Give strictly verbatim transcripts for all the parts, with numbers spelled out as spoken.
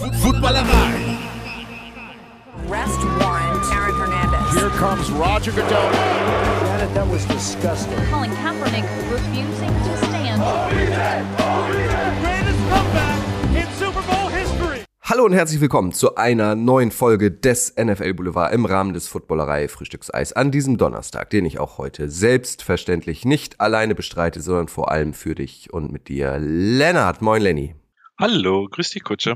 Footballerei. Arrest warrant, Aaron Hernandez. Here comes Roger Goodell. Janet, that was disgusting. Colin Kaepernick refusing to stand. Greatest comeback in Super Bowl history. Hallo und herzlich willkommen zu einer neuen Folge des N F L Boulevard im Rahmen des Footballerei Frühstückseis an diesem Donnerstag, den ich auch heute selbstverständlich nicht alleine bestreite, sondern vor allem für dich und mit dir, Lennart. Moin, Lenny. Hallo, grüß dich, Kutsche.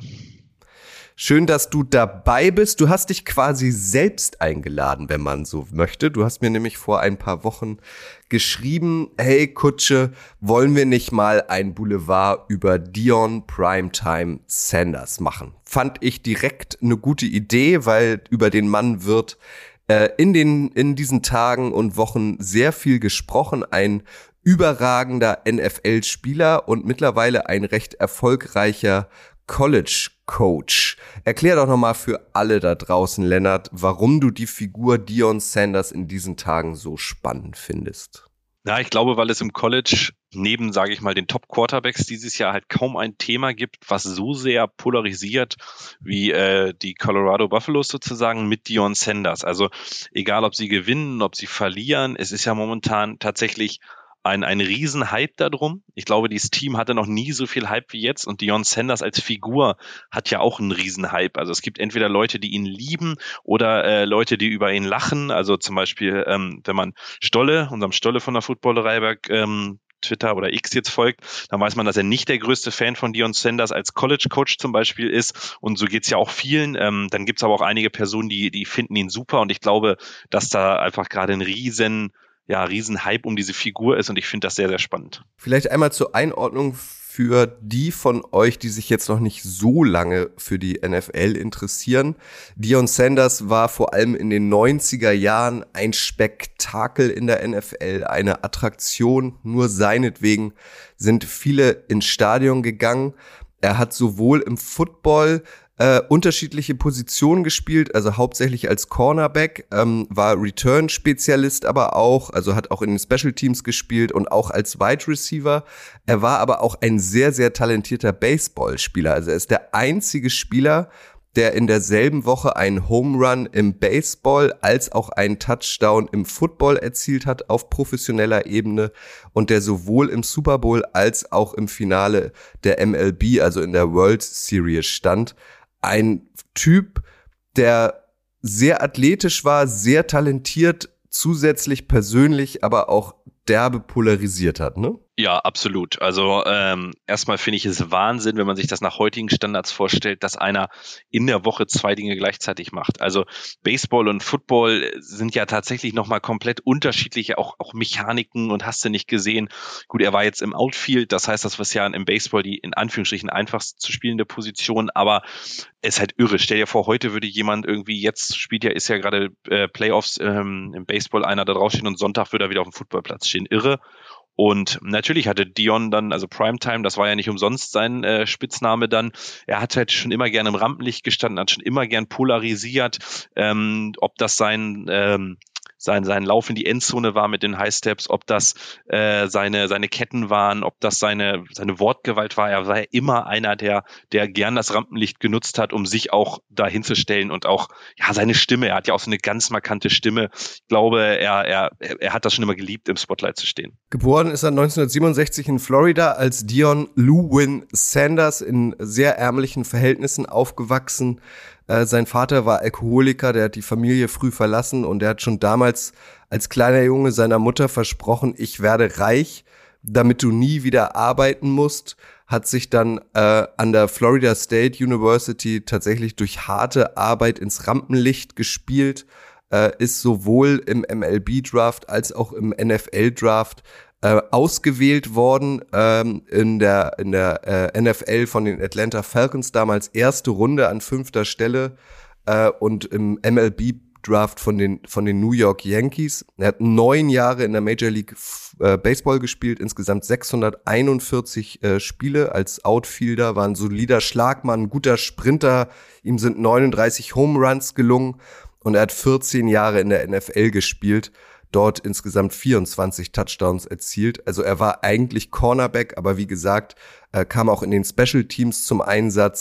Schön, dass du dabei bist. Du hast dich quasi selbst eingeladen, wenn man so möchte. Du hast mir nämlich vor ein paar Wochen geschrieben, hey Kutsche, wollen wir nicht mal ein Boulevard über Deion Primetime Sanders machen? Fand ich direkt eine gute Idee, weil über den Mann wird äh, in den in diesen Tagen und Wochen sehr viel gesprochen. Ein überragender N F L-Spieler und mittlerweile ein recht erfolgreicher College-Coach. Erklär doch nochmal für alle da draußen, Lennart, warum du die Figur Deion Sanders in diesen Tagen so spannend findest. Ja, ich glaube, weil es im College neben, sage ich mal, den Top-Quarterbacks dieses Jahr halt kaum ein Thema gibt, was so sehr polarisiert wie äh, die Colorado Buffaloes sozusagen mit Deion Sanders. Also egal, ob sie gewinnen, ob sie verlieren, es ist ja momentan tatsächlich ein, ein Riesen-Hype darum. Ich glaube, dieses Team hatte noch nie so viel Hype wie jetzt und Deion Sanders als Figur hat ja auch einen Riesen-Hype. Also es gibt entweder Leute, die ihn lieben oder äh, Leute, die über ihn lachen. Also zum Beispiel, ähm, wenn man Stolle, unserem Stolle von der Footballerei bei ähm, Twitter oder X jetzt folgt, dann weiß man, dass er nicht der größte Fan von Deion Sanders als College-Coach zum Beispiel ist und so geht's ja auch vielen. Ähm, dann gibt's aber auch einige Personen, die, die finden ihn super und ich glaube, dass da einfach gerade ein riesen ja, riesen Hype um diese Figur ist und ich finde das sehr, sehr spannend. Vielleicht einmal zur Einordnung für die von euch, die sich jetzt noch nicht so lange für die N F L interessieren. Deion Sanders war vor allem in den neunziger Jahren ein Spektakel in der N F L, eine Attraktion. Nur seinetwegen sind viele ins Stadion gegangen. Er hat sowohl im Football Äh, unterschiedliche Positionen gespielt, also hauptsächlich als Cornerback, ähm, war Return-Spezialist aber auch, also hat auch in den Special Teams gespielt und auch als Wide Receiver. Er war aber auch ein sehr, sehr talentierter Baseballspieler. Also er ist der einzige Spieler, der in derselben Woche einen Home Run im Baseball als auch einen Touchdown im Football erzielt hat auf professioneller Ebene und der sowohl im Super Bowl als auch im Finale der M L B, also in der World Series stand. Ein Typ, der sehr athletisch war, sehr talentiert, zusätzlich persönlich, aber auch derbe polarisiert hat, ne? Ja, absolut. Also ähm, erstmal finde ich es Wahnsinn, wenn man sich das nach heutigen Standards vorstellt, dass einer in der Woche zwei Dinge gleichzeitig macht. Also Baseball und Football sind ja tatsächlich nochmal komplett unterschiedliche, auch auch Mechaniken und hast du nicht gesehen. Gut, er war jetzt im Outfield, das heißt, das war ja im Baseball die in Anführungsstrichen einfachst zu spielende Position, aber es ist halt irre. Stell dir vor, heute würde jemand irgendwie, jetzt spielt ja, ist ja gerade äh, Playoffs ähm, im Baseball einer da draufstehen und Sonntag würde er wieder auf dem Footballplatz stehen. Irre. Und natürlich hatte Deion dann, also Primetime, das war ja nicht umsonst sein äh, Spitzname dann, er hat halt schon immer gern im Rampenlicht gestanden, hat schon immer gern polarisiert, ähm, ob das sein ähm, sein sein Lauf in die Endzone war mit den High Steps, ob das äh, seine seine Ketten waren, ob das seine seine Wortgewalt war. Er war ja immer einer, der der gern das Rampenlicht genutzt hat, um sich auch da hinzustellen und auch ja seine Stimme. Er hat ja auch so eine ganz markante Stimme. Ich glaube, er er er hat das schon immer geliebt, im Spotlight zu stehen. Geboren ist er neunzehnhundertsiebenundsechzig in Florida als Deion Lewin Sanders, in sehr ärmlichen Verhältnissen aufgewachsen. Äh, sein Vater war Alkoholiker, der hat die Familie früh verlassen und er hat schon damals als kleiner Junge seiner Mutter versprochen, ich werde reich, damit du nie wieder arbeiten musst, hat sich dann äh, an der Florida State University tatsächlich durch harte Arbeit ins Rampenlicht gespielt, äh, ist sowohl im M L B-Draft als auch im N F L-Draft Äh, ausgewählt worden, ähm, in der in der äh, N F L von den Atlanta Falcons, damals erste Runde an fünfter Stelle äh, und im M L B-Draft von den von den New York Yankees. Er hat neun Jahre in der Major League äh, Baseball gespielt, insgesamt sechshunderteinundvierzig äh, Spiele als Outfielder, war ein solider Schlagmann, guter Sprinter, ihm sind neununddreißig Home Runs gelungen und er hat vierzehn Jahre in der N F L gespielt. Dort insgesamt vierundzwanzig Touchdowns erzielt. Also er war eigentlich Cornerback, aber wie gesagt, äh, kam auch in den Special Teams zum Einsatz,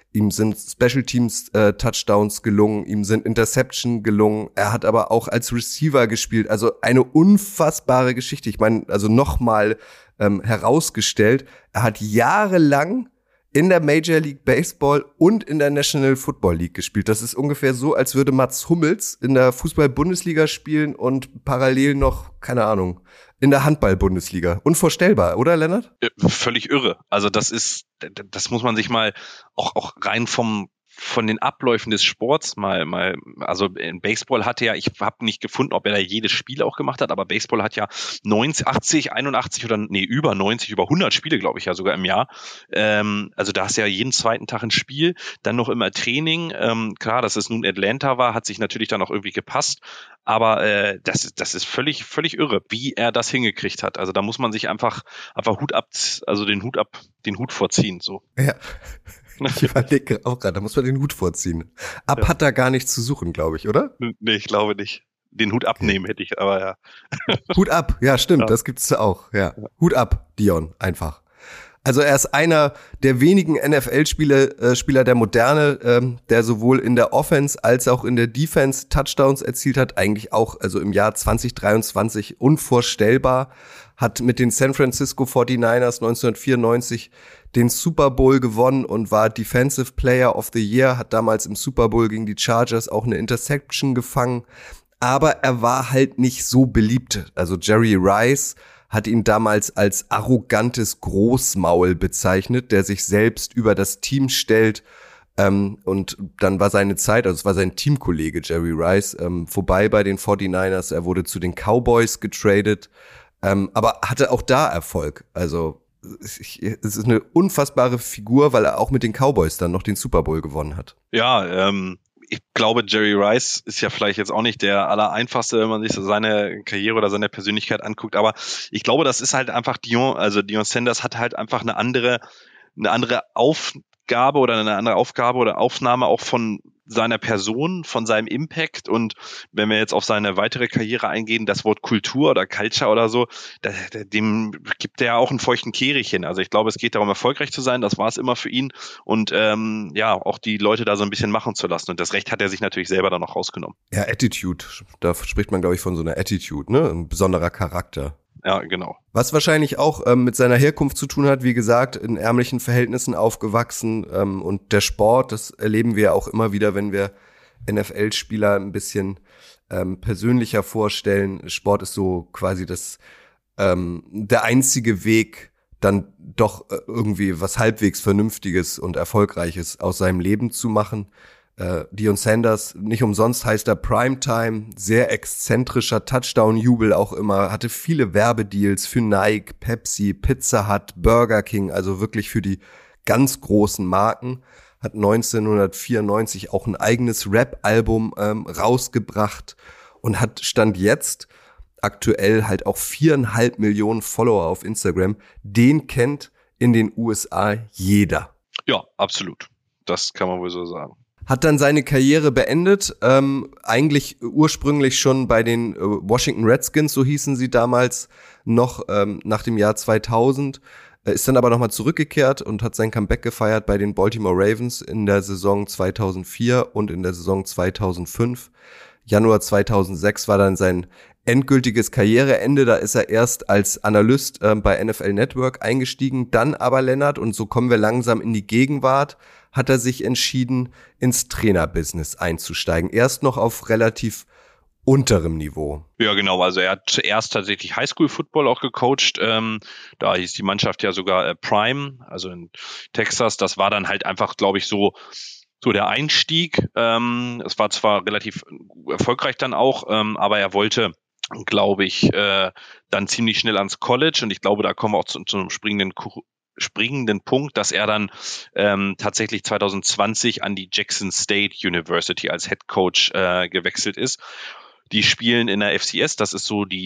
Ihm sind Special Teams äh, Touchdowns gelungen, ihm sind Interception gelungen. Er hat aber auch als Receiver gespielt. Also eine unfassbare Geschichte. Ich meine, also nochmal ähm, herausgestellt, er hat jahrelang in der Major League Baseball und in der National Football League gespielt. Das ist ungefähr so, als würde Mats Hummels in der Fußball-Bundesliga spielen und parallel noch, keine Ahnung, in der Handball-Bundesliga. Unvorstellbar, oder, Lennart? Völlig irre. Also das ist, das muss man sich mal auch, auch rein vom von den Abläufen des Sports mal, mal, also in Baseball hatte ja, ich habe nicht gefunden, ob er da jedes Spiel auch gemacht hat, aber Baseball hat ja neunzig, achtzig, einundachtzig oder, nee, über neunzig, über hundert Spiele, glaube ich ja sogar im Jahr. Ähm, also da hast du ja jeden zweiten Tag ein Spiel, dann noch immer Training. Ähm, klar, dass es nun Atlanta war, hat sich natürlich dann auch irgendwie gepasst, aber äh, das, das ist völlig, völlig irre, wie er das hingekriegt hat. Also da muss man sich einfach, einfach Hut ab, also den Hut ab, den Hut vorziehen, so. Ja. Ich überlege auch gerade, da muss man den Hut vorziehen. Ab ja. Hat da gar nichts zu suchen, glaube ich, oder? Nee, ich glaube nicht. Den Hut abnehmen hätte ich, aber ja. Hut ab, ja, stimmt, ja. Das gibt's auch, ja. ja. Hut ab, Dion, einfach. Also er ist einer der wenigen N F L-Spieler äh, Spieler der Moderne, ähm, der sowohl in der Offense als auch in der Defense Touchdowns erzielt hat. Eigentlich auch, also im Jahr zwanzig dreiundzwanzig unvorstellbar. Hat mit den San Francisco forty-niners neunzehnhundertvierundneunzig den Super Bowl gewonnen und war Defensive Player of the Year, hat damals im Super Bowl gegen die Chargers auch eine Interception gefangen. Aber er war halt nicht so beliebt. Also Jerry Rice hat ihn damals als arrogantes Großmaul bezeichnet, der sich selbst über das Team stellt. Ähm, und dann war seine Zeit, also es war sein Teamkollege Jerry Rice, ähm, vorbei bei den forty-niners. Er wurde zu den Cowboys getradet, ähm, aber hatte auch da Erfolg. Also ich, es ist eine unfassbare Figur, weil er auch mit den Cowboys dann noch den Super Bowl gewonnen hat. Ja, ähm, ich glaube, Jerry Rice ist ja vielleicht jetzt auch nicht der allereinfachste, wenn man sich so seine Karriere oder seine Persönlichkeit anguckt, aber ich glaube, das ist halt einfach Dion, also Dion Sanders hat halt einfach eine andere, eine andere Aufgabe oder eine andere Aufgabe oder Aufnahme auch von seiner Person, von seinem Impact, und wenn wir jetzt auf seine weitere Karriere eingehen, das Wort Kultur oder Culture oder so, da, dem gibt er ja auch einen feuchten Kehricht. Also ich glaube, es geht darum, erfolgreich zu sein, das war es immer für ihn, und ähm, ja, auch die Leute da so ein bisschen machen zu lassen, und das Recht hat er sich natürlich selber dann noch rausgenommen. Ja, Attitude, da spricht man, glaube ich, von so einer Attitude, ne, ein besonderer Charakter. Ja, genau. Was wahrscheinlich auch ähm, mit seiner Herkunft zu tun hat, wie gesagt, in ärmlichen Verhältnissen aufgewachsen, ähm, und der Sport, das erleben wir ja auch immer wieder, wenn wir N F L-Spieler ein bisschen ähm, persönlicher vorstellen. Sport ist so quasi das ähm, der einzige Weg, dann doch äh, irgendwie was halbwegs Vernünftiges und Erfolgreiches aus seinem Leben zu machen. Uh, Dion Sanders, nicht umsonst heißt er Primetime, sehr exzentrischer Touchdown-Jubel auch immer, hatte viele Werbedeals für Nike, Pepsi, Pizza Hut, Burger King, also wirklich für die ganz großen Marken, hat neunzehnhundertvierundneunzig auch ein eigenes Rap-Album ähm, rausgebracht und hat Stand jetzt aktuell halt auch viereinhalb Millionen Follower auf Instagram. Den kennt in den U S A jeder. Ja, absolut. Das kann man wohl so sagen. Hat dann seine Karriere beendet, ähm, eigentlich ursprünglich schon bei den äh, Washington Redskins, so hießen sie damals, noch ähm, nach dem Jahr zweitausend, äh, ist dann aber nochmal zurückgekehrt und hat sein Comeback gefeiert bei den Baltimore Ravens in der Saison zweitausendvier und in der Saison zweitausendfünf. Januar zweitausendsechs war dann sein endgültiges Karriereende, da ist er erst als Analyst äh, bei N F L Network eingestiegen, dann aber, Lennart, und so kommen wir langsam in die Gegenwart, hat er sich entschieden, ins Trainerbusiness einzusteigen. Erst noch auf relativ unterem Niveau. Ja, genau. Also er hat zuerst tatsächlich Highschool-Football auch gecoacht. Ähm, da hieß die Mannschaft ja sogar äh, Prime, also in Texas. Das war dann halt einfach, glaube ich, so so der Einstieg. Ähm, es war zwar relativ erfolgreich dann auch, ähm, aber er wollte, glaube ich, äh, dann ziemlich schnell ans College. Und ich glaube, da kommen wir auch zu, zu einem springenden Kuchen. springenden Punkt, dass er dann ähm, tatsächlich zweitausendzwanzig an die Jackson State University als Head Coach äh, gewechselt ist. Die spielen in der F C S, das ist so die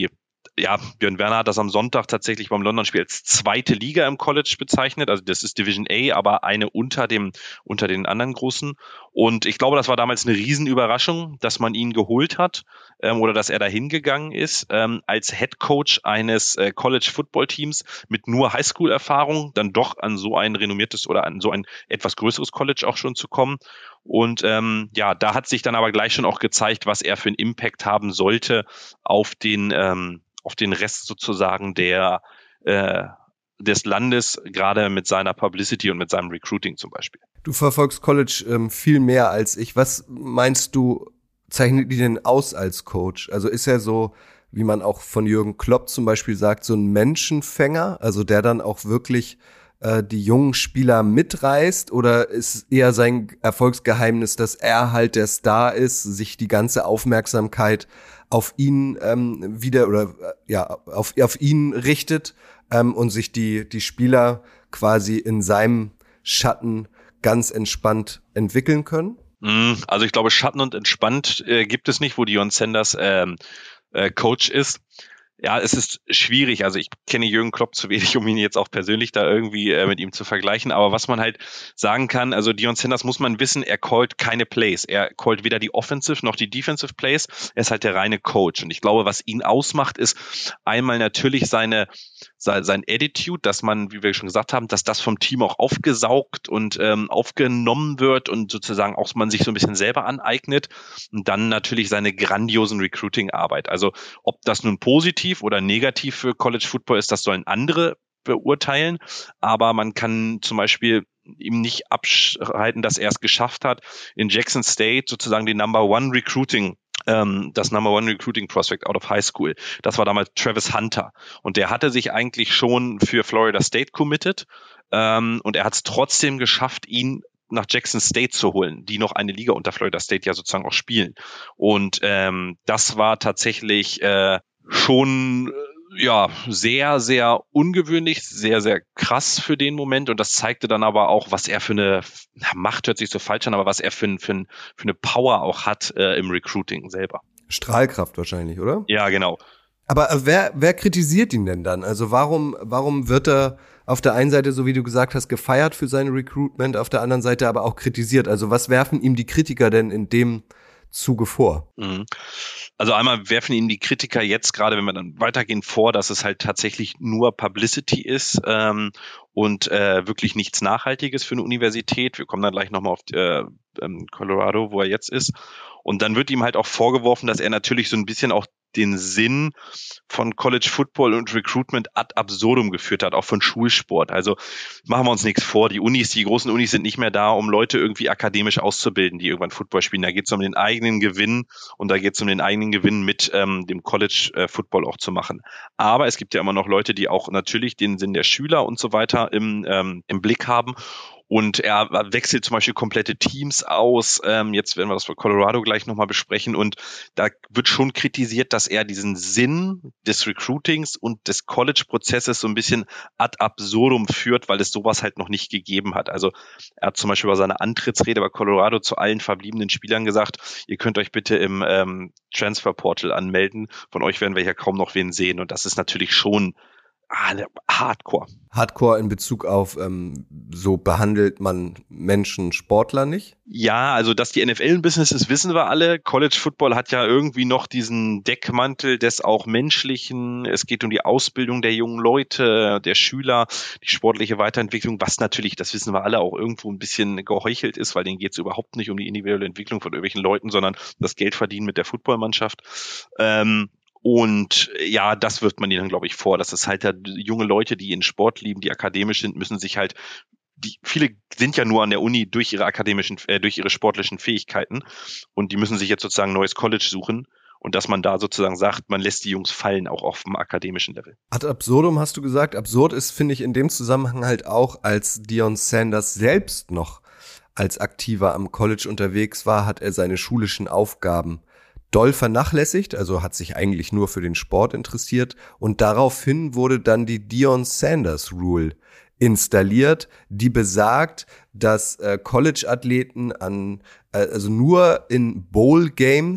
ja, Björn Werner hat das am Sonntag tatsächlich beim London-Spiel als zweite Liga im College bezeichnet. Also das ist Division A, aber eine unter dem, unter den anderen großen. Und ich glaube, das war damals eine Riesenüberraschung, dass man ihn geholt hat ähm, oder dass er da hingegangen ist ähm, als Head Coach eines äh, College-Football-Teams mit nur Highschool-Erfahrung, dann doch an so ein renommiertes oder an so ein etwas größeres College auch schon zu kommen. Und ähm, ja, da hat sich dann aber gleich schon auch gezeigt, was er für einen Impact haben sollte auf den ähm, auf den Rest sozusagen der äh, des Landes, gerade mit seiner Publicity und mit seinem Recruiting zum Beispiel. Du verfolgst College ähm, viel mehr als ich. Was meinst du, zeichnet die denn aus als Coach? Also ist er so, wie man auch von Jürgen Klopp zum Beispiel sagt, so ein Menschenfänger, also der dann auch wirklich äh, die jungen Spieler mitreißt? Oder ist eher sein Erfolgsgeheimnis, dass er halt der Star ist, sich die ganze Aufmerksamkeit auf ihn ähm, wieder oder äh, ja auf auf ihn richtet ähm, und sich die die Spieler quasi in seinem Schatten ganz entspannt entwickeln können? Also ich glaube, Schatten und entspannt äh, gibt es nicht, wo Deion Sanders ähm, äh, Coach ist. Ja, es ist schwierig. Also ich kenne Jürgen Klopp zu wenig, um ihn jetzt auch persönlich da irgendwie äh, mit ihm zu vergleichen. Aber was man halt sagen kann, also Deion Sanders muss man wissen, er callt keine Plays. Er callt weder die Offensive noch die Defensive Plays. Er ist halt der reine Coach. Und ich glaube, was ihn ausmacht, ist einmal natürlich seine sein Attitude, dass man, wie wir schon gesagt haben, dass das vom Team auch aufgesaugt und ähm, aufgenommen wird und sozusagen auch man sich so ein bisschen selber aneignet. Und dann natürlich seine grandiosen Recruiting-Arbeit. Also ob das nun positiv oder negativ für College Football ist, das sollen andere beurteilen. Aber man kann zum Beispiel ihm nicht abschreiten, dass er es geschafft hat, in Jackson State sozusagen die Number One Recruiting ähm, das Number One Recruiting Prospect out of High School. Das war damals Travis Hunter. Und der hatte sich eigentlich schon für Florida State committed. Ähm, und er hat es trotzdem geschafft, ihn nach Jackson State zu holen, die noch eine Liga unter Florida State ja sozusagen auch spielen. Und ähm, das war tatsächlich äh, schon ja sehr, sehr ungewöhnlich, sehr, sehr krass für den Moment. Und das zeigte dann aber auch, was er für eine Macht, hört sich so falsch an, aber was er für, für, für eine Power auch hat äh, im Recruiting selber. Strahlkraft wahrscheinlich, oder? Ja, genau. Aber äh, wer, wer kritisiert ihn denn dann? Also warum, warum wird er auf der einen Seite, so wie du gesagt hast, gefeiert für sein Recruitment, auf der anderen Seite aber auch kritisiert? Also was werfen ihm die Kritiker denn in dem Zuge vor? Mhm. Also einmal werfen ihm die Kritiker jetzt gerade, wenn wir dann weitergehen, vor, dass es halt tatsächlich nur Publicity ist ähm, und äh, wirklich nichts Nachhaltiges für eine Universität. Wir kommen dann gleich nochmal auf äh, ähm, Colorado, wo er jetzt ist. Und dann wird ihm halt auch vorgeworfen, dass er natürlich so ein bisschen auch den Sinn von College Football und Recruitment ad absurdum geführt hat, auch von Schulsport. Also machen wir uns nichts vor, die Unis, die großen Unis sind nicht mehr da, um Leute irgendwie akademisch auszubilden, die irgendwann Football spielen. Da geht es um den eigenen Gewinn und da geht es um den eigenen Gewinn mit ähm, dem College äh, Football auch zu machen. Aber es gibt ja immer noch Leute, die auch natürlich den Sinn der Schüler und so weiter im, ähm, im Blick haben. Und er wechselt zum Beispiel komplette Teams aus. Ähm, jetzt werden wir das für Colorado gleich nochmal besprechen. Und da wird schon kritisiert, dass er diesen Sinn des Recruitings und des College-Prozesses so ein bisschen ad absurdum führt, weil es sowas halt noch nicht gegeben hat. Also er hat zum Beispiel bei seiner Antrittsrede bei Colorado zu allen verbliebenen Spielern gesagt, ihr könnt euch bitte im ähm, Transfer-Portal anmelden. Von euch werden wir hier kaum noch wen sehen. Und das ist natürlich schon Ah, Hardcore. Hardcore in Bezug auf, ähm, so behandelt man Menschen, Sportler nicht? Ja, also dass die N F L ein Business ist, wissen wir alle. College Football hat ja irgendwie noch diesen Deckmantel des auch Menschlichen. Es geht um die Ausbildung der jungen Leute, der Schüler, die sportliche Weiterentwicklung, was natürlich, das wissen wir alle, auch irgendwo ein bisschen geheuchelt ist, weil denen geht es überhaupt nicht um die individuelle Entwicklung von irgendwelchen Leuten, sondern das Geld verdienen mit der Footballmannschaft. Ähm, Und ja, das wirft man ihnen, glaube ich, vor. Das ist halt, junge Leute, die in Sport lieben, die akademisch sind, müssen sich halt, die viele sind ja nur an der Uni durch ihre akademischen, äh, durch ihre sportlichen Fähigkeiten und die müssen sich jetzt sozusagen ein neues College suchen. Und dass man da sozusagen sagt, man lässt die Jungs fallen, auch auf dem akademischen Level. Ad absurdum hast du gesagt. Absurd ist, finde ich, in dem Zusammenhang halt auch, als Deion Sanders selbst noch als Aktiver am College unterwegs war, hat er seine schulischen Aufgaben doll vernachlässigt, also hat sich eigentlich nur für den Sport interessiert. Und daraufhin wurde dann die Deion Sanders Rule installiert, die besagt, dass äh, College-Athleten an äh, also nur in Bowl-Games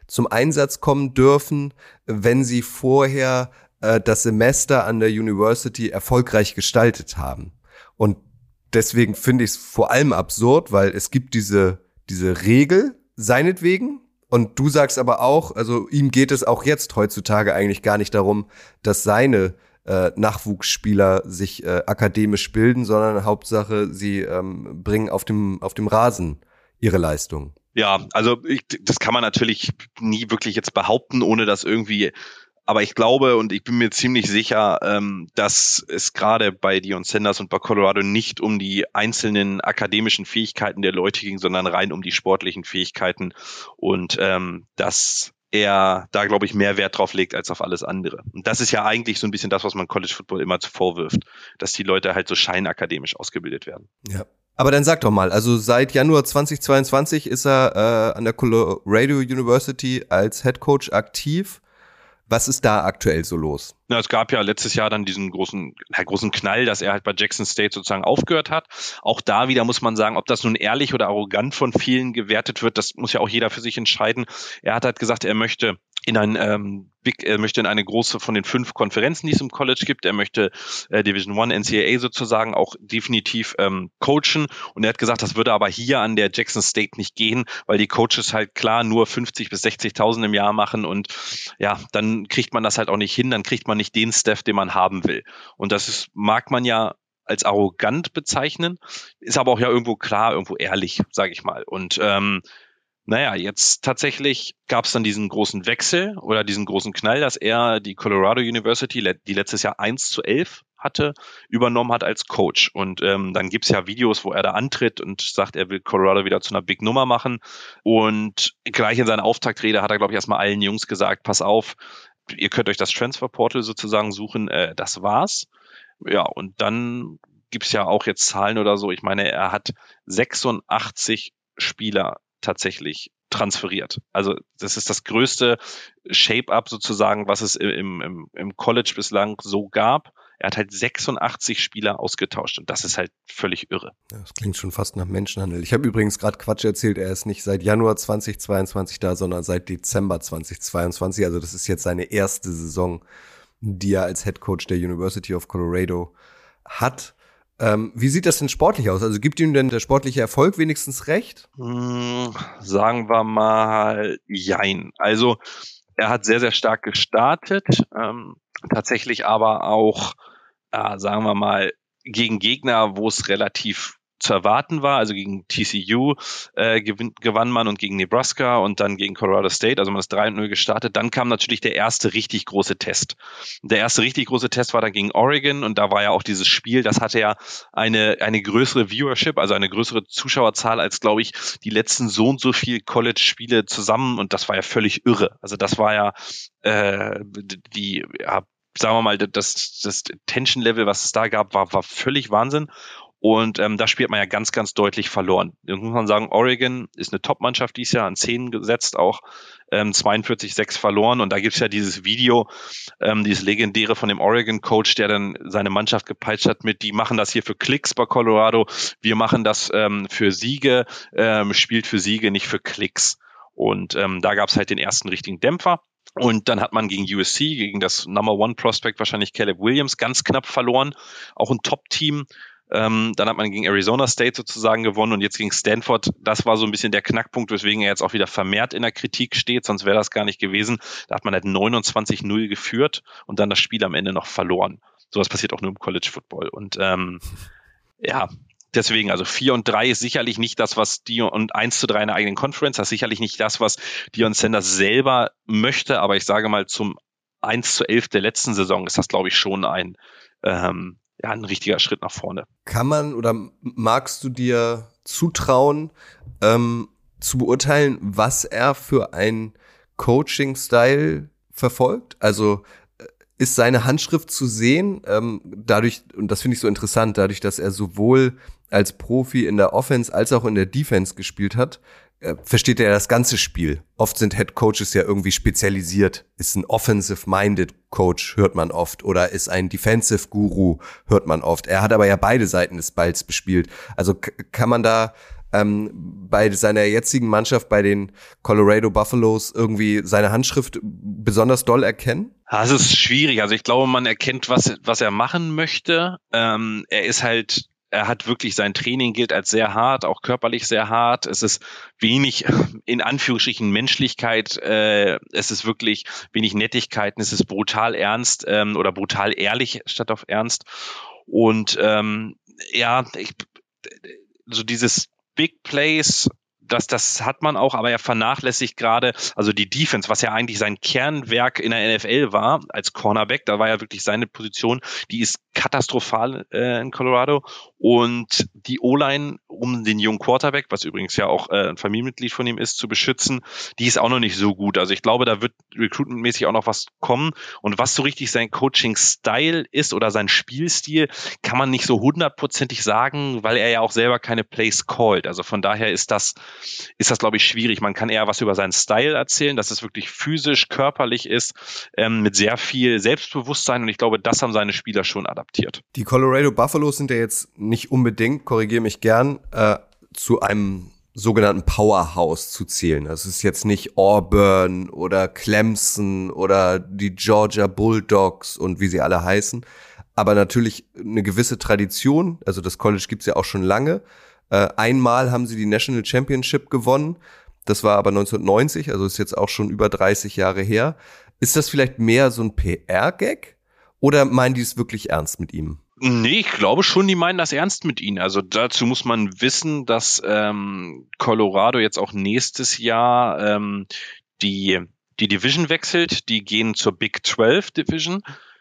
zum Einsatz kommen dürfen, wenn sie vorher äh, das Semester an der University erfolgreich gestaltet haben. Und deswegen finde ich es vor allem absurd, weil es gibt diese, diese Regel seinetwegen. Und du sagst aber auch, also ihm geht es auch jetzt heutzutage eigentlich gar nicht darum, dass seine äh, Nachwuchsspieler sich äh, akademisch bilden, sondern Hauptsache, sie ähm, bringen auf dem, auf dem Rasen ihre Leistung. Ja, also ich, das kann man natürlich nie wirklich jetzt behaupten, ohne dass irgendwie, aber ich glaube und ich bin mir ziemlich sicher, ähm, dass es gerade bei Deion Sanders und bei Colorado nicht um die einzelnen akademischen Fähigkeiten der Leute ging, sondern rein um die sportlichen Fähigkeiten und ähm, dass er da, glaube ich, mehr Wert drauf legt als auf alles andere. Und das ist ja eigentlich so ein bisschen das, was man College Football immer vorwirft, dass die Leute halt so scheinakademisch ausgebildet werden. Ja. Aber dann sag doch mal, also seit Januar zweitausendzweiundzwanzig ist er äh, an der Colorado University als Head Coach aktiv. Was ist da aktuell so los? Na, es gab ja letztes Jahr dann diesen großen, ja, großen Knall, dass er halt bei Jackson State sozusagen aufgehört hat. Auch da wieder muss man sagen, ob das nun ehrlich oder arrogant von vielen gewertet wird, das muss ja auch jeder für sich entscheiden. Er hat halt gesagt, er möchte in ein ähm, Big, er möchte in eine große von den fünf Konferenzen, die es im College gibt. Er möchte äh, Division One N C A A sozusagen auch definitiv ähm, coachen. Und er hat gesagt, das würde aber hier an der Jackson State nicht gehen, weil die Coaches halt klar nur fünfzig bis sechzigtausend im Jahr machen und ja, dann kriegt man das halt auch nicht hin, dann kriegt man nicht den Staff, den man haben will. Und das ist, mag man ja als arrogant bezeichnen, ist aber auch ja irgendwo klar, irgendwo ehrlich, sage ich mal. Und ähm, naja, jetzt tatsächlich gab es dann diesen großen Wechsel oder diesen großen Knall, dass er die Colorado University, die letztes Jahr eins zu elf hatte, übernommen hat als Coach. Und ähm, dann gibt's ja Videos, wo er da antritt und sagt, er will Colorado wieder zu einer Big Nummer machen. Und gleich in seiner Auftaktrede hat er, glaube ich, erstmal allen Jungs gesagt, pass auf, ihr könnt euch das Transfer Portal sozusagen suchen, äh, das war's. Ja, und dann gibt's ja auch jetzt Zahlen oder so. Ich meine, er hat sechsundachtzig Spieler tatsächlich transferiert. Also das ist das größte Shape-Up sozusagen, was es im, im, im College bislang so gab. Er hat halt sechsundachtzig Spieler ausgetauscht und das ist halt völlig irre. Ja, das klingt schon fast nach Menschenhandel. Ich habe übrigens gerade Quatsch erzählt, er ist nicht seit Januar zweitausendzweiundzwanzig da, sondern seit Dezember zweitausendzweiundzwanzig. Also das ist jetzt seine erste Saison, die er als Head Coach der University of Colorado hat. Ähm, wie sieht das denn sportlich aus? Also gibt ihm denn der sportliche Erfolg wenigstens recht? Hm, sagen wir mal jein. Also er hat sehr, sehr stark gestartet, ähm, tatsächlich aber auch, äh, sagen wir mal, gegen Gegner, wo es relativ zu erwarten war, also gegen T C U äh, gewinn, gewann man und gegen Nebraska und dann gegen Colorado State, also man ist drei null gestartet. Dann kam natürlich der erste richtig große Test. Der erste richtig große Test war dann gegen Oregon und da war ja auch dieses Spiel, das hatte ja eine eine größere Viewership, also eine größere Zuschauerzahl als, glaube ich, die letzten so und so viel College-Spiele zusammen und das war ja völlig irre. Also das war ja äh, die, ja, sagen wir mal, das, das Tension-Level, was es da gab, war, war völlig Wahnsinn. Und ähm, da spielt man ja ganz, ganz deutlich verloren. Da muss man sagen, Oregon ist eine Top-Mannschaft dieses Jahr an zehn gesetzt, auch ähm, zweiundvierzig sechs verloren. Und da gibt's ja dieses Video, ähm, dieses legendäre von dem Oregon-Coach, der dann seine Mannschaft gepeitscht hat mit, die machen das hier für Klicks bei Colorado, wir machen das ähm, für Siege, ähm, spielt für Siege, nicht für Klicks. Und ähm, da gab's halt den ersten richtigen Dämpfer. Und dann hat man gegen U S C, gegen das Number One Prospect wahrscheinlich Caleb Williams, ganz knapp verloren. Auch ein Top-Team. Ähm, dann hat man gegen Arizona State sozusagen gewonnen und jetzt gegen Stanford. Das war so ein bisschen der Knackpunkt, weswegen er jetzt auch wieder vermehrt in der Kritik steht, sonst wäre das gar nicht gewesen. Da hat man halt neunundzwanzig null geführt und dann das Spiel am Ende noch verloren. Sowas passiert auch nur im College Football. Und ähm, ja, deswegen, also vier und drei ist sicherlich nicht das, was Deion, und eins zu drei in der eigenen Conference, das ist sicherlich nicht das, was Deion Sanders selber möchte, aber ich sage mal, zum eins zu elf der letzten Saison ist das, glaube ich, schon ein ähm, ja, ein richtiger Schritt nach vorne. Kann man oder magst du dir zutrauen, ähm, zu beurteilen, was er für ein Coaching-Style verfolgt? Also ist seine Handschrift zu sehen, ähm, dadurch, und das finde ich so interessant, dadurch, dass er sowohl als Profi in der Offense als auch in der Defense gespielt hat, äh, versteht er das ganze Spiel. Oft sind Head Coaches ja irgendwie spezialisiert. Ist ein Offensive-Minded Coach, hört man oft, oder ist ein Defensive-Guru, hört man oft. Er hat aber ja beide Seiten des Balls bespielt. Also k- kann man da ähm, bei seiner jetzigen Mannschaft, bei den Colorado Buffaloes, irgendwie seine Handschrift besonders doll erkennen? Ja, es ist schwierig. Also ich glaube, man erkennt, was, was er machen möchte. Ähm, er ist halt Er hat wirklich, sein Training gilt als sehr hart, auch körperlich sehr hart. Es ist wenig, in Anführungsstrichen, Menschlichkeit. Äh, es ist wirklich wenig Nettigkeiten. Es ist brutal ernst ähm, oder brutal ehrlich statt auf ernst. Und ähm, ja, ich, so dieses Big Plays, das, das hat man auch, aber er vernachlässigt gerade, also die Defense, was ja eigentlich sein Kernwerk in der N F L war, als Cornerback, da war ja wirklich seine Position, die ist katastrophal äh, in Colorado, und die O-Line um den jungen Quarterback, was übrigens ja auch äh, ein Familienmitglied von ihm ist, zu beschützen, die ist auch noch nicht so gut. Also ich glaube, da wird recruitmentmäßig auch noch was kommen, und was so richtig sein Coaching-Style ist oder sein Spielstil, kann man nicht so hundertprozentig sagen, weil er ja auch selber keine Plays callt. Also von daher ist das ist das, glaube ich, schwierig. Man kann eher was über seinen Style erzählen, dass es wirklich physisch, körperlich ist, ähm, mit sehr viel Selbstbewusstsein, und ich glaube, das haben seine Spieler schon adaptiert. Die Colorado Buffaloes sind ja jetzt nicht unbedingt, korrigiere mich gern, äh, zu einem sogenannten Powerhouse zu zählen. Das ist jetzt nicht Auburn oder Clemson oder die Georgia Bulldogs und wie sie alle heißen, aber natürlich eine gewisse Tradition. Also das College gibt's ja auch schon lange. Äh, einmal haben sie die National Championship gewonnen. Das war aber neunzehnhundertneunzig, also ist jetzt auch schon über dreißig Jahre her. Ist das vielleicht mehr so ein P R-Gag oder meinen die es wirklich ernst mit ihm? Nee, ich glaube schon, die meinen das ernst mit ihnen. Also dazu muss man wissen, dass ähm, Colorado jetzt auch nächstes Jahr ähm, die, die Division wechselt. Die gehen zur Big zwölf Division.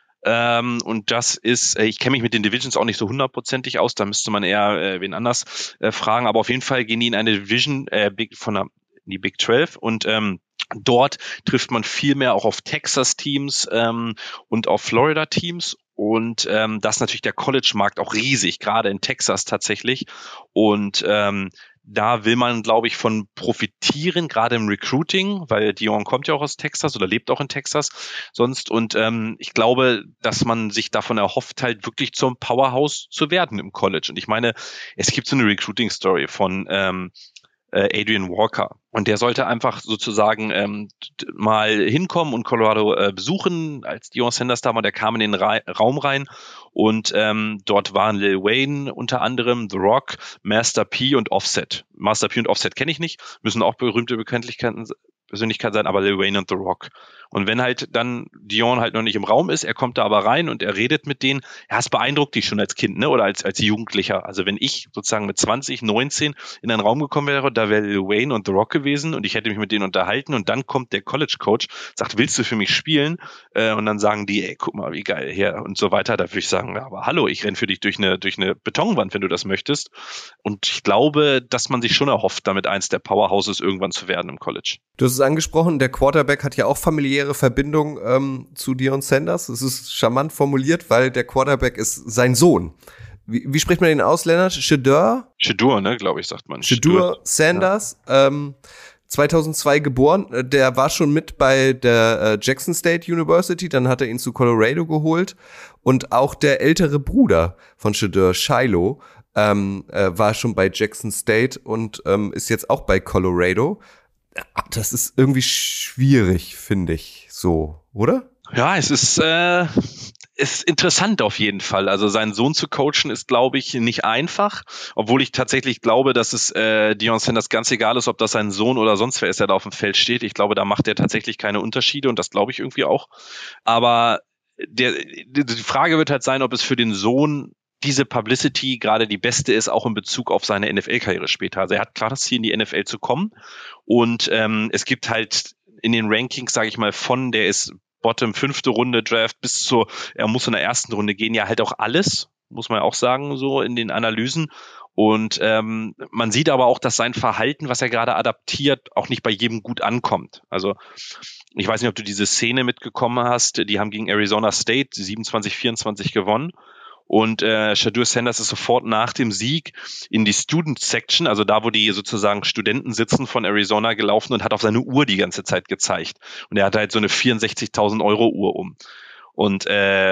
Ähm, und das ist, äh, ich kenne mich mit den Divisions auch nicht so hundertprozentig aus, da müsste man eher äh, wen anders äh, fragen, aber auf jeden Fall gehen die in eine Division äh, Big, von der, in die Big zwölf, und ähm, dort trifft man viel mehr auch auf Texas-Teams ähm, und auf Florida-Teams. Und ähm, das ist natürlich der College-Markt auch riesig, gerade in Texas tatsächlich. Und ähm, da will man, glaube ich, von profitieren, gerade im Recruiting, weil Dion kommt ja auch aus Texas oder lebt auch in Texas sonst. Und ähm, ich glaube, dass man sich davon erhofft, halt wirklich zum Powerhouse zu werden im College. Und ich meine, es gibt so eine Recruiting-Story von ähm, Adrian Walker. Und der sollte einfach sozusagen ähm, mal hinkommen und Colorado äh, besuchen, als Deion Sanders da war. Der kam in den Ra- Raum rein, und ähm, dort waren Lil Wayne unter anderem, The Rock, Master P und Offset. Master P und Offset kenne ich nicht, müssen auch berühmte Bekanntlichkeiten Persönlichkeit sein, aber Lil Wayne und The Rock. Und wenn halt dann Deion halt noch nicht im Raum ist, er kommt da aber rein und er redet mit denen, ja, es beeindruckt dich schon als Kind, ne, oder als als Jugendlicher. Also wenn ich sozusagen mit zwanzig, neunzehn in einen Raum gekommen wäre, da wäre Lil Wayne und The Rock gewesen und ich hätte mich mit denen unterhalten, und dann kommt der College Coach, sagt, willst du für mich spielen? Äh, und dann sagen die, ey, guck mal, wie geil, her und so weiter. Da würde ich sagen, ja, aber hallo, ich renn für dich durch eine durch eine Betonwand, wenn du das möchtest. Und ich glaube, dass man sich schon erhofft, damit eins der Powerhouses irgendwann zu werden im College. Du hast es angesprochen, der Quarterback hat ja auch familiäre Verbindung ähm, zu Deion Sanders. Das ist charmant formuliert, weil der Quarterback ist sein Sohn. Wie, wie spricht man den aus, Lennart? Shedeur? Shedeur, ne, glaube ich, sagt man. Shedeur Sanders, ja. ähm, zweitausendzwei geboren. Der war schon mit bei der äh, Jackson State University, dann hat er ihn zu Colorado geholt. Und auch der ältere Bruder von Shedeur, Shiloh, ähm, äh, war schon bei Jackson State und ähm, ist jetzt auch bei Colorado. Das ist irgendwie schwierig, finde ich, so, oder? Ja, es ist, äh, ist interessant auf jeden Fall. Also seinen Sohn zu coachen ist, glaube ich, nicht einfach, obwohl ich tatsächlich glaube, dass es äh, Deion Sanders ganz egal ist, ob das sein Sohn oder sonst wer ist, der da auf dem Feld steht. Ich glaube, da macht er tatsächlich keine Unterschiede, und das glaube ich irgendwie auch. Aber der, die Frage wird halt sein, ob es für den Sohn diese Publicity gerade die beste ist, auch in Bezug auf seine N F L-Karriere später. Also er hat klar das Ziel, in die N F L zu kommen, und ähm, es gibt halt in den Rankings, sage ich mal, von der ist Bottom fünfte Runde Draft bis zur, er muss in der ersten Runde gehen, ja halt auch alles, muss man ja auch sagen, so in den Analysen. Und ähm, man sieht aber auch, dass sein Verhalten, was er gerade adaptiert, auch nicht bei jedem gut ankommt. Also ich weiß nicht, ob du diese Szene mitgekommen hast, die haben gegen Arizona State siebenundzwanzig vierundzwanzig gewonnen. Und äh, Shedeur Sanders ist sofort nach dem Sieg in die Student Section, also da, wo die sozusagen Studenten sitzen, von Arizona gelaufen und hat auf seine Uhr die ganze Zeit gezeigt. Und er hatte halt so eine vierundsechzigtausend Euro Uhr um. Und äh,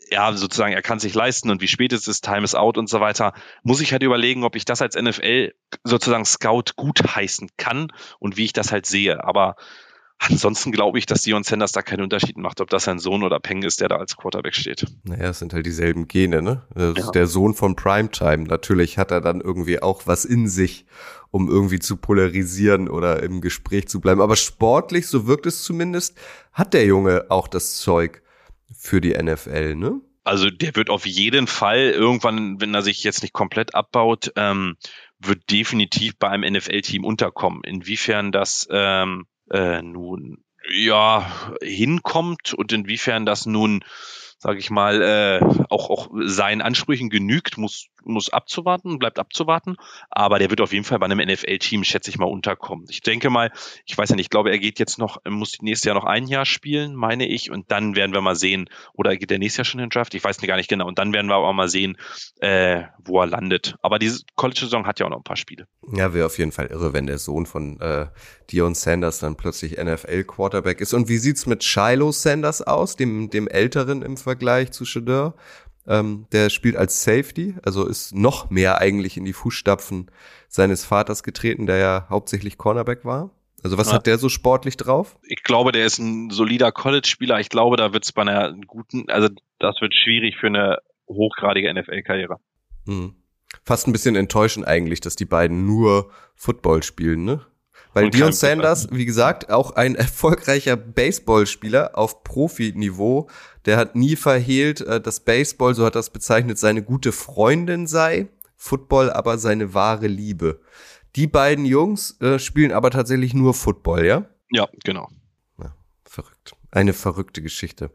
ja, sozusagen, er kann sich leisten und wie spät es ist, Time is out und so weiter, muss ich halt überlegen, ob ich das als N F L sozusagen Scout gutheißen kann und wie ich das halt sehe. Aber ansonsten glaube ich, dass Deion Sanders da keinen Unterschied macht, ob das sein Sohn oder Peng ist, der da als Quarterback steht. Naja, es sind halt dieselben Gene, ne? Das ist Ja. der Sohn von Primetime. Natürlich hat er dann irgendwie auch was in sich, um irgendwie zu polarisieren oder im Gespräch zu bleiben. Aber sportlich, so wirkt es zumindest, hat der Junge auch das Zeug für die N F L, ne? Also der wird auf jeden Fall irgendwann, wenn er sich jetzt nicht komplett abbaut, ähm, wird definitiv bei einem N F L-Team unterkommen. Inwiefern das ähm, äh, nun ja hinkommt und inwiefern das nun, sage ich mal, äh, auch auch seinen Ansprüchen genügt, muss muss abzuwarten, bleibt abzuwarten. Aber der wird auf jeden Fall bei einem N F L-Team, schätze ich mal, unterkommen. Ich denke mal, ich weiß ja nicht, ich glaube, er geht jetzt noch, muss nächstes Jahr noch ein Jahr spielen, meine ich, und dann werden wir mal sehen, oder geht der nächstes Jahr schon in den Draft? Ich weiß nicht gar nicht genau. Und dann werden wir auch mal sehen, äh, wo er landet. Aber diese College-Saison hat ja auch noch ein paar Spiele. Ja, wäre auf jeden Fall irre, wenn der Sohn von äh, Deion Sanders dann plötzlich N F L-Quarterback ist. Und wie sieht's mit Shiloh Sanders aus, dem dem Älteren im Vergleich zu Shedeur? Ähm, der spielt als Safety, also ist noch mehr eigentlich in die Fußstapfen seines Vaters getreten, der ja hauptsächlich Cornerback war. Also was Ja. hat der so sportlich drauf? Ich glaube, der ist ein solider College-Spieler. Ich glaube, da wird es bei einer guten, also das wird schwierig für eine hochgradige N F L-Karriere. Hm. Fast ein bisschen enttäuschend eigentlich, dass die beiden nur Football spielen, ne? Weil Und Deion kein Sanders, wie gesagt, auch ein erfolgreicher Baseballspieler auf Profiniveau, der hat nie verhehlt, äh, dass Baseball, so hat er es bezeichnet, seine gute Freundin sei, Football aber seine wahre Liebe. Die beiden Jungs äh, spielen aber tatsächlich nur Football, ja? Ja, genau. Ja, verrückt. Eine verrückte Geschichte.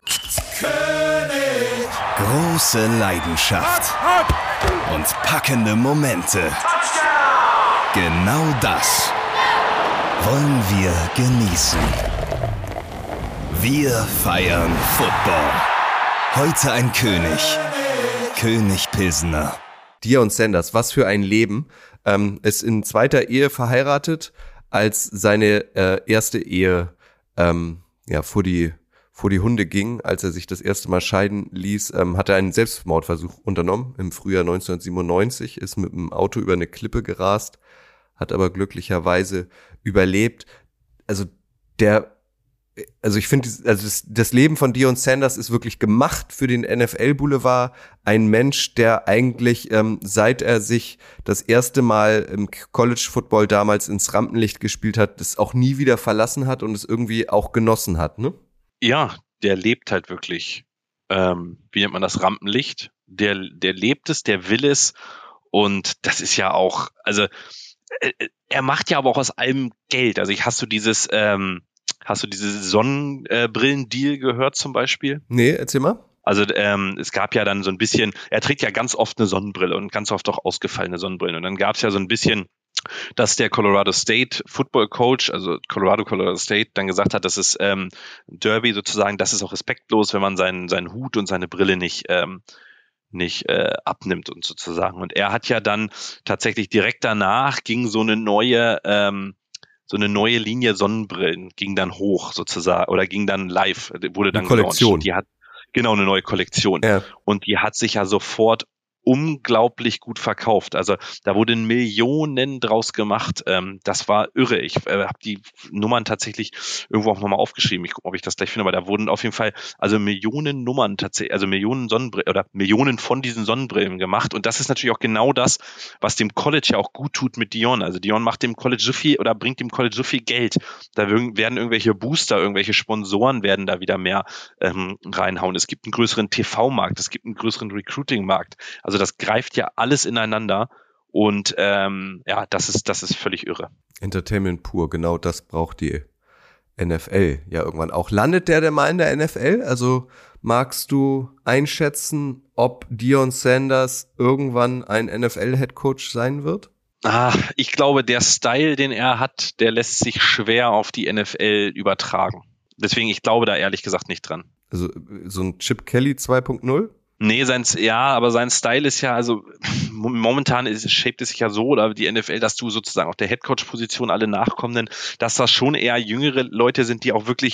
Große Leidenschaft und packende Momente. Genau das wollen wir genießen. Wir feiern Football. Heute ein König. König Pilsener. Deion Sanders, was für ein Leben. Ähm, ist in zweiter Ehe verheiratet, als seine äh, erste Ehe ähm, ja vor die vor die Hunde ging, als er sich das erste Mal scheiden ließ, ähm, hat er einen Selbstmordversuch unternommen im Frühjahr neunzehnhundertsiebenundneunzig, ist mit dem Auto über eine Klippe gerast, hat aber glücklicherweise überlebt. Also der Also ich finde, also das, das Leben von Deion Sanders ist wirklich gemacht für den N F L-Boulevard. Ein Mensch, der eigentlich, ähm, seit er sich das erste Mal im College-Football damals ins Rampenlicht gespielt hat, das auch nie wieder verlassen hat und es irgendwie auch genossen hat, ne? Ja, der lebt halt wirklich, ähm, wie nennt man das, Rampenlicht. Der, der lebt es, der will es. Und das ist ja auch, also äh, er macht ja aber auch aus allem Geld. Also ich hast du dieses, ähm, Hast du diese Sonnenbrillen-Deal gehört zum Beispiel? Nee, erzähl mal. Also ähm, es gab ja dann so ein bisschen, er trägt ja ganz oft eine Sonnenbrille und ganz oft auch ausgefallene Sonnenbrillen. Und dann gab es ja so ein bisschen, dass der Colorado State Football Coach, also Colorado, Colorado State, dann gesagt hat, das ist ähm, Derby sozusagen, das ist auch respektlos, wenn man seinen, seinen Hut und seine Brille nicht ähm, nicht äh, abnimmt und sozusagen. Und er hat ja dann tatsächlich direkt danach ging so eine neue ähm, so eine neue Linie Sonnenbrillen ging dann hoch sozusagen oder ging dann live, wurde dann eine Kollektion. Die hat genau eine neue Kollektion Ja. und die hat sich ja sofort unglaublich gut verkauft. Also da wurden Millionen draus gemacht. Ähm, das war irre. Ich äh, habe die Nummern tatsächlich irgendwo auch nochmal aufgeschrieben. Ich gucke, ob ich das gleich finde, aber da wurden auf jeden Fall also Millionen Nummern tatsächlich, also Millionen Sonnenbrillen oder Millionen von diesen Sonnenbrillen gemacht. Und das ist natürlich auch genau das, was dem College ja auch gut tut mit Deion. Also Deion macht dem College so viel oder bringt dem College so viel Geld. Da werden irgendwelche Booster, irgendwelche Sponsoren werden da wieder mehr ähm, reinhauen. Es gibt einen größeren T V-Markt, es gibt einen größeren Recruiting-Markt. Also das greift ja alles ineinander und ähm, ja, das ist das ist völlig irre. Entertainment pur, genau das braucht die N F L ja irgendwann auch. Landet der denn mal in der N F L? Also magst du einschätzen, ob Deion Sanders irgendwann ein N F L-Headcoach sein wird? Ah, ich glaube, der Style, den er hat, der lässt sich schwer auf die N F L übertragen. Deswegen, ich glaube da ehrlich gesagt nicht dran. Also so ein Chip Kelly zwei Punkt null? Nee, sein, ja, aber sein Style ist ja, also momentan ist, shaped es sich ja so, oder die N F L, dass du sozusagen auf der Headcoach-Position alle Nachkommenden, dass das schon eher jüngere Leute sind, die auch wirklich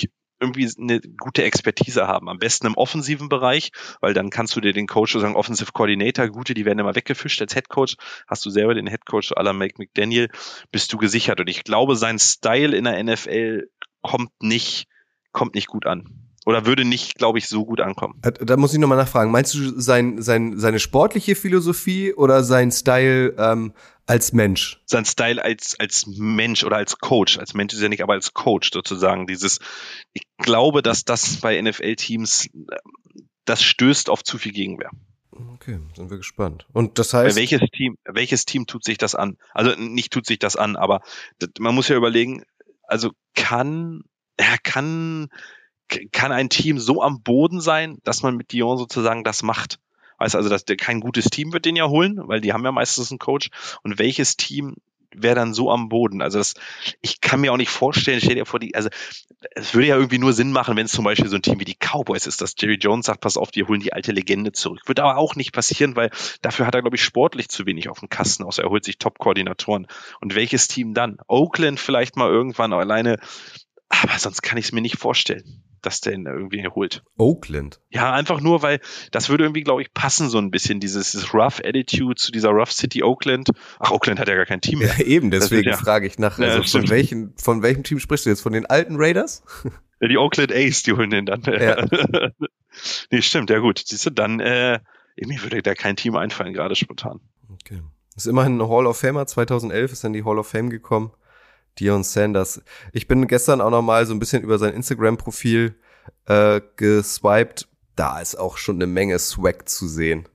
irgendwie eine gute Expertise haben. Am besten im offensiven Bereich, weil dann kannst du dir den Coach sagen, Offensive Coordinator, gute, die werden immer weggefischt als Head Coach. Hast du selber den Head Coach à la Mike McDaniel, bist du gesichert. Und ich glaube, sein Style in der N F L kommt nicht, kommt nicht gut an. Oder würde nicht, glaube ich, so gut ankommen. Da muss ich nochmal nachfragen. Meinst du sein, sein, seine sportliche Philosophie oder sein Style ähm, als Mensch? Sein Style als, als Mensch oder als Coach. Als Mensch ist er nicht, aber als Coach sozusagen. Dieses, ich glaube, dass das bei N F L-Teams, das stößt auf zu viel Gegenwehr. Okay, sind wir gespannt. Und das heißt. Bei welches Team, welches Team tut sich das an? Also nicht tut sich das an, aber das, man muss ja überlegen, also kann, er kann, kann ein Team so am Boden sein, dass man mit Dion sozusagen das macht? Weißt also, dass der kein gutes Team wird den ja holen, weil die haben ja meistens einen Coach. Und welches Team wäre dann so am Boden? Also das, ich kann mir auch nicht vorstellen, stell dir vor, die, also es würde ja irgendwie nur Sinn machen, wenn es zum Beispiel so ein Team wie die Cowboys ist, dass Jerry Jones sagt, pass auf, wir holen die alte Legende zurück. Wird aber auch nicht passieren, weil dafür hat er, glaube ich, sportlich zu wenig auf dem Kasten, außer er holt sich Top-Koordinatoren. Und welches Team dann? Oakland vielleicht mal irgendwann alleine, aber sonst kann ich es mir nicht vorstellen, dass der ihn irgendwie holt. Oakland? Ja, einfach nur, weil das würde irgendwie, glaube ich, passen so ein bisschen, dieses, dieses Rough Attitude zu dieser Rough City Oakland. Ach, Oakland hat ja gar kein Team mehr. Ja, eben, deswegen ja, frage ich nach, also ja, von, welchen, von welchem Team sprichst du jetzt? Von den alten Raiders? Ja, die Oakland A's, die holen den dann. Ja. Nee, stimmt, ja gut. Siehst du, dann, äh, mir würde da kein Team einfallen, gerade spontan. Okay. Ist immerhin ein Hall of Famer, zweitausendelf ist dann die Hall of Fame gekommen. Dion Sanders. Ich bin gestern auch noch mal so ein bisschen über sein Instagram-Profil äh, geswiped. Da ist auch schon eine Menge Swag zu sehen.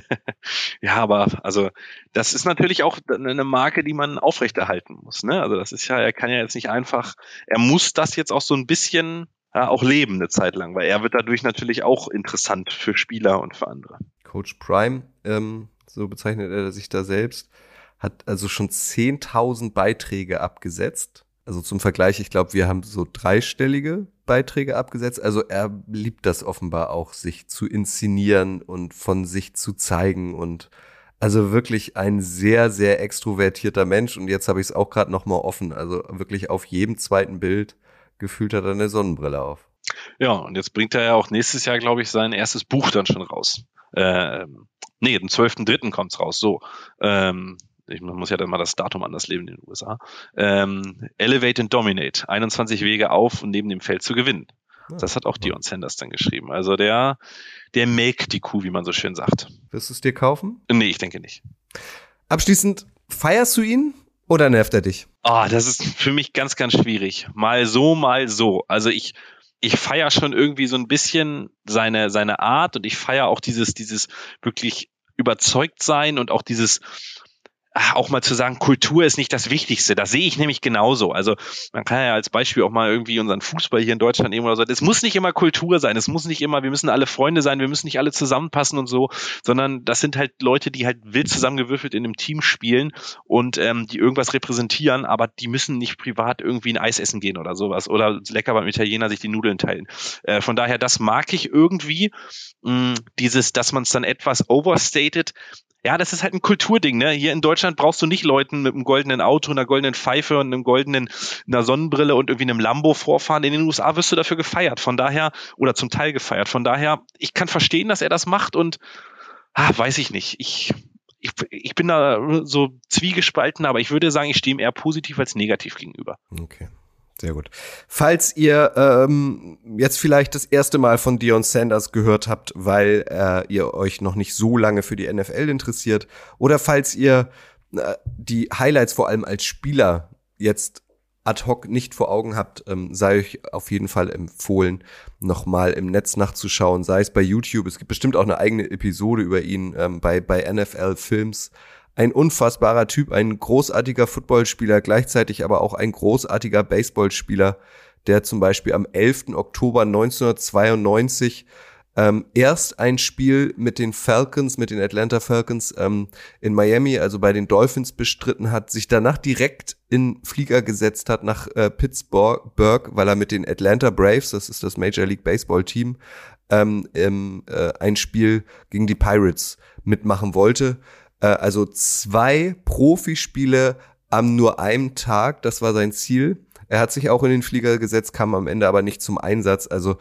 Ja, aber also das ist natürlich auch eine Marke, die man aufrechterhalten muss. Ne? Also das ist ja, er kann ja jetzt nicht einfach, er muss das jetzt auch so ein bisschen ja, auch leben eine Zeit lang, weil er wird dadurch natürlich auch interessant für Spieler und für andere. Coach Prime, ähm, so bezeichnet er sich da selbst, hat also schon zehntausend Beiträge abgesetzt. Also zum Vergleich, ich glaube, wir haben so dreistellige Beiträge abgesetzt. Also er liebt das offenbar auch, sich zu inszenieren und von sich zu zeigen. Und also wirklich ein sehr, sehr extrovertierter Mensch. Und jetzt habe ich es auch gerade noch mal offen. Also wirklich auf jedem zweiten Bild gefühlt hat er eine Sonnenbrille auf. Ja, und jetzt bringt er ja auch nächstes Jahr, glaube ich, sein erstes Buch dann schon raus. Ähm, nee, den zwölften dritten kommt's raus. So, ähm, Ich, man muss ja dann mal das Datum anders leben in den U S A. Ähm, Elevate and Dominate. einundzwanzig Wege auf und neben dem Feld zu gewinnen. Ja, das hat auch ja. Dion Sanders dann geschrieben. Also der, der melkt die Kuh, wie man so schön sagt. Wirst du es dir kaufen? Nee, ich denke nicht. Abschließend, feierst du ihn oder nervt er dich? Ah, oh, das ist für mich ganz, ganz schwierig. Mal so, mal so. Also ich, ich feiere schon irgendwie so ein bisschen seine, seine Art und ich feiere auch dieses, dieses wirklich überzeugt sein und auch dieses, auch mal zu sagen, Kultur ist nicht das Wichtigste. Das sehe ich nämlich genauso. Also man kann ja als Beispiel auch mal irgendwie unseren Fußball hier in Deutschland nehmen oder so. Es muss nicht immer Kultur sein. Es muss nicht immer, wir müssen alle Freunde sein, wir müssen nicht alle zusammenpassen und so, sondern das sind halt Leute, die halt wild zusammengewürfelt in einem Team spielen und ähm, die irgendwas repräsentieren, aber die müssen nicht privat irgendwie ein Eis essen gehen oder sowas oder lecker beim Italiener sich die Nudeln teilen. Äh, von daher, das mag ich irgendwie. Mh, dieses, dass man es dann etwas overstated. Ja, das ist halt ein Kulturding, ne? Hier in Deutschland brauchst du nicht Leuten mit einem goldenen Auto, einer goldenen Pfeife und einem goldenen, einer Sonnenbrille und irgendwie einem Lambo vorfahren. In den U S A wirst du dafür gefeiert. Von daher, oder zum Teil gefeiert. Von daher, ich kann verstehen, dass er das macht und, ah, weiß ich nicht. Ich, ich, ich bin da so zwiegespalten, aber ich würde sagen, ich stehe ihm eher positiv als negativ gegenüber. Okay. Sehr gut. Falls ihr ähm, jetzt vielleicht das erste Mal von Dion Sanders gehört habt, weil äh, ihr euch noch nicht so lange für die N F L interessiert, oder falls ihr äh, die Highlights vor allem als Spieler jetzt ad hoc nicht vor Augen habt, ähm, sei euch auf jeden Fall empfohlen, nochmal im Netz nachzuschauen, sei es bei YouTube. Es gibt bestimmt auch eine eigene Episode über ihn ähm, bei, bei N F L Films. Ein unfassbarer Typ, ein großartiger Footballspieler, gleichzeitig aber auch ein großartiger Baseballspieler, der zum Beispiel am elften Oktober neunzehnhundertzweiundneunzig ähm, erst ein Spiel mit den Falcons, mit den Atlanta Falcons ähm, in Miami, also bei den Dolphins, bestritten hat, sich danach direkt in Flieger gesetzt hat nach äh, Pittsburgh, weil er mit den Atlanta Braves, das ist das Major League Baseball Team, ähm, ähm, äh, ein Spiel gegen die Pirates mitmachen wollte. Also zwei Profispiele am nur einem Tag, das war sein Ziel. Er hat sich auch in den Flieger gesetzt, kam am Ende aber nicht zum Einsatz. Also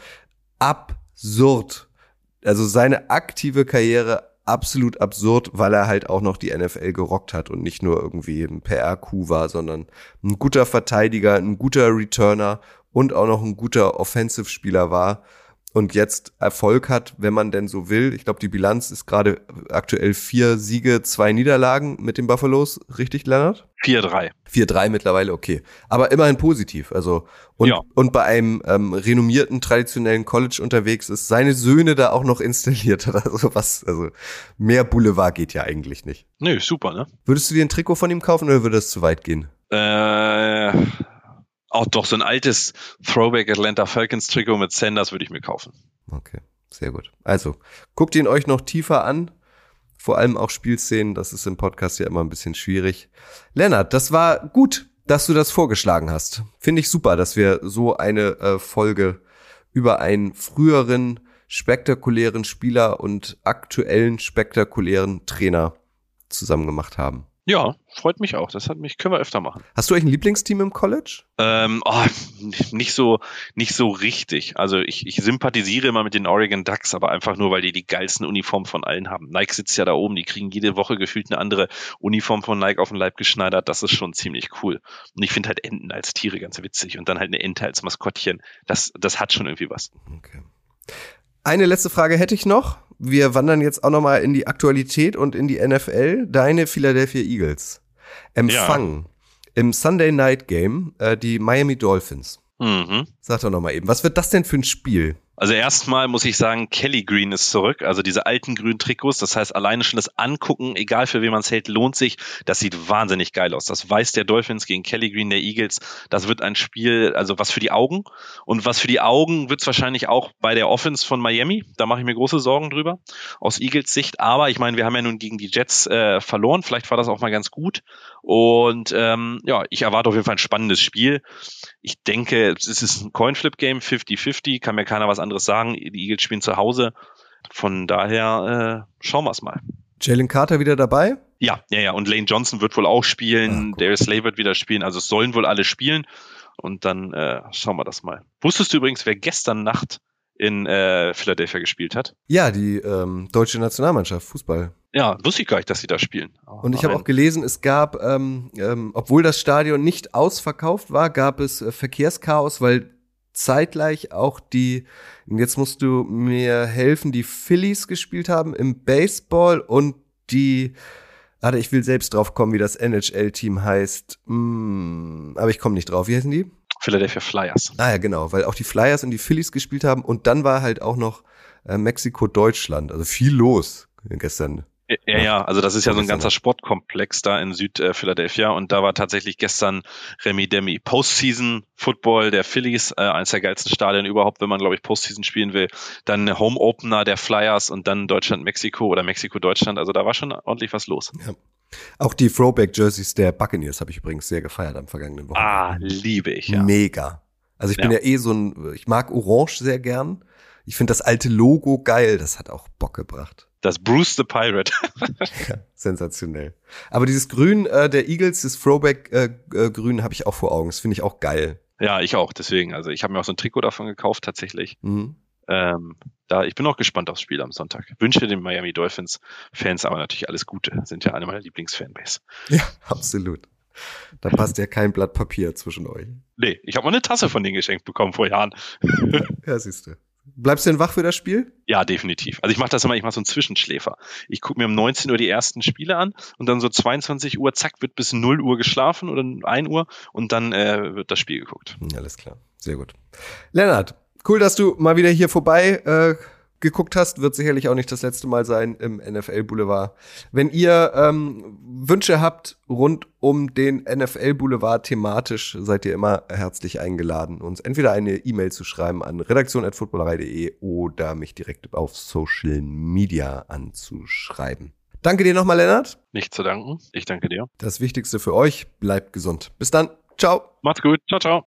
absurd. Also seine aktive Karriere absolut absurd, weil er halt auch noch die N F L gerockt hat und nicht nur irgendwie ein P R-Coup war, sondern ein guter Verteidiger, ein guter Returner und auch noch ein guter Offensive-Spieler war und jetzt Erfolg hat, wenn man denn so will. Ich glaube, die Bilanz ist gerade aktuell vier Siege, zwei Niederlagen mit den Buffaloes. Richtig, Lennart? vier drei. vier drei mittlerweile, okay. Aber immerhin positiv. Also und, ja. und bei einem ähm, renommierten, traditionellen College unterwegs ist, seine Söhne da auch noch installiert hat. Also was, also mehr Boulevard geht ja eigentlich nicht. Nö, super, ne? Würdest du dir ein Trikot von ihm kaufen oder würde das zu weit gehen? Äh... Auch doch so ein altes Throwback Atlanta Falcons Trikot mit Sanders würde ich mir kaufen. Okay, sehr gut. Also, guckt ihn euch noch tiefer an. Vor allem auch Spielszenen, das ist im Podcast ja immer ein bisschen schwierig. Lennart, das war gut, dass du das vorgeschlagen hast. Finde ich super, dass wir so eine äh, Folge über einen früheren spektakulären Spieler und aktuellen spektakulären Trainer zusammen gemacht haben. Ja, freut mich auch. Das hat mich, können wir öfter machen. Hast du eigentlich ein Lieblingsteam im College? Ähm, oh, nicht so, nicht so richtig. Also ich, ich sympathisiere immer mit den Oregon Ducks, aber einfach nur, weil die die geilsten Uniformen von allen haben. Nike sitzt ja da oben, die kriegen jede Woche gefühlt eine andere Uniform von Nike auf den Leib geschneidert. Das ist schon ziemlich cool. Und ich finde halt Enten als Tiere ganz witzig und dann halt eine Ente als Maskottchen. Das, das hat schon irgendwie was. Okay. Eine letzte Frage hätte ich noch. Wir wandern jetzt auch nochmal in die Aktualität und in die N F L. Deine Philadelphia Eagles empfangen ja. im Sunday Night Game äh, die Miami Dolphins. Mhm. Sag doch nochmal eben, was wird das denn für ein Spiel? Also erstmal muss ich sagen, Kelly Green ist zurück, also diese alten grünen Trikots, das heißt alleine schon das Angucken, egal für wen man es hält, lohnt sich, das sieht wahnsinnig geil aus, das Weiß der Dolphins gegen Kelly Green der Eagles, das wird ein Spiel, also was für die Augen und was für die Augen wird es wahrscheinlich auch bei der Offense von Miami, da mache ich mir große Sorgen drüber, aus Eagles Sicht, aber ich meine, wir haben ja nun gegen die Jets äh, verloren, vielleicht war das auch mal ganz gut und ähm, ja, ich erwarte auf jeden Fall ein spannendes Spiel. Ich denke, es ist ein Coinflip-Game, fifty fifty, kann mir keiner was anderes sagen. Die Eagles spielen zu Hause. Von daher äh, schauen wir es mal. Jalen Carter wieder dabei? Ja, ja, ja. Und Lane Johnson wird wohl auch spielen. Ah, Darius Slay wird wieder spielen. Also es sollen wohl alle spielen. Und dann äh, schauen wir das mal. Wusstest du übrigens, wer gestern Nacht in äh, Philadelphia gespielt hat? Ja, die ähm, deutsche Nationalmannschaft, Fußball. Ja, wusste ich gar nicht, dass sie da spielen. Oh, und ich habe auch gelesen, es gab, ähm, ähm, obwohl das Stadion nicht ausverkauft war, gab es äh, Verkehrschaos, weil zeitgleich auch die, jetzt musst du mir helfen, die Phillies gespielt haben im Baseball und die, warte, ich will selbst drauf kommen, wie das N H L-Team heißt, hm, aber ich komme nicht drauf. Wie heißen die? Philadelphia Flyers. Ah ja, genau, weil auch die Flyers und die Phillies gespielt haben und dann war halt auch noch äh, Mexiko-Deutschland, also viel los gestern. Ja, ja, also das ist ja so ein ganzer Sportkomplex da in Süd-Philadelphia und da war tatsächlich gestern Remi Demi. Postseason-Football der Phillies, äh, eines der geilsten Stadien überhaupt, wenn man, glaube ich, Postseason spielen will. Dann Home-Opener der Flyers und dann Deutschland-Mexiko oder Mexiko-Deutschland. Also da war schon ordentlich was los. Ja. Auch die Throwback-Jerseys der Buccaneers habe ich übrigens sehr gefeiert am vergangenen Wochenende. Ah, liebe ich, ja. Mega. Also ich bin ja. ja eh so ein, ich mag Orange sehr gern. Ich finde das alte Logo geil, das hat auch Bock gebracht. Das Bruce the Pirate. Ja, sensationell. Aber dieses Grün äh, der Eagles, das Throwback-Grün äh, habe ich auch vor Augen. Das finde ich auch geil. Ja, ich auch. Deswegen, also ich habe mir auch so ein Trikot davon gekauft tatsächlich. Mhm. Ähm, da, ich bin auch gespannt aufs Spiel am Sonntag. Wünsche den Miami Dolphins-Fans aber natürlich alles Gute. Sind ja eine meiner Lieblingsfanbase. Ja, absolut. Da passt ja kein Blatt Papier zwischen euch. Nee, ich habe mal eine Tasse von denen geschenkt bekommen vor Jahren. Ja, siehst du. Bleibst du denn wach für das Spiel? Ja, definitiv. Also ich mache das immer, ich mache so einen Zwischenschläfer. Ich gucke mir um neunzehn Uhr die ersten Spiele an und dann so zweiundzwanzig Uhr, zack, wird bis null Uhr geschlafen oder ein Uhr und dann äh, wird das Spiel geguckt. Alles klar, sehr gut. Lennart, cool, dass du mal wieder hier vorbei äh, geguckt hast. Wird sicherlich auch nicht das letzte Mal sein im N F L Boulevard. Wenn ihr ähm, Wünsche habt rund um den N F L Boulevard thematisch, seid ihr immer herzlich eingeladen, uns entweder eine E-Mail zu schreiben an redaktion at footballerei punkt de oder mich direkt auf Social Media anzuschreiben. Danke dir nochmal, Lennart. Nicht zu danken. Ich danke dir. Das Wichtigste für euch, bleibt gesund. Bis dann. Ciao. Macht's gut. Ciao, ciao.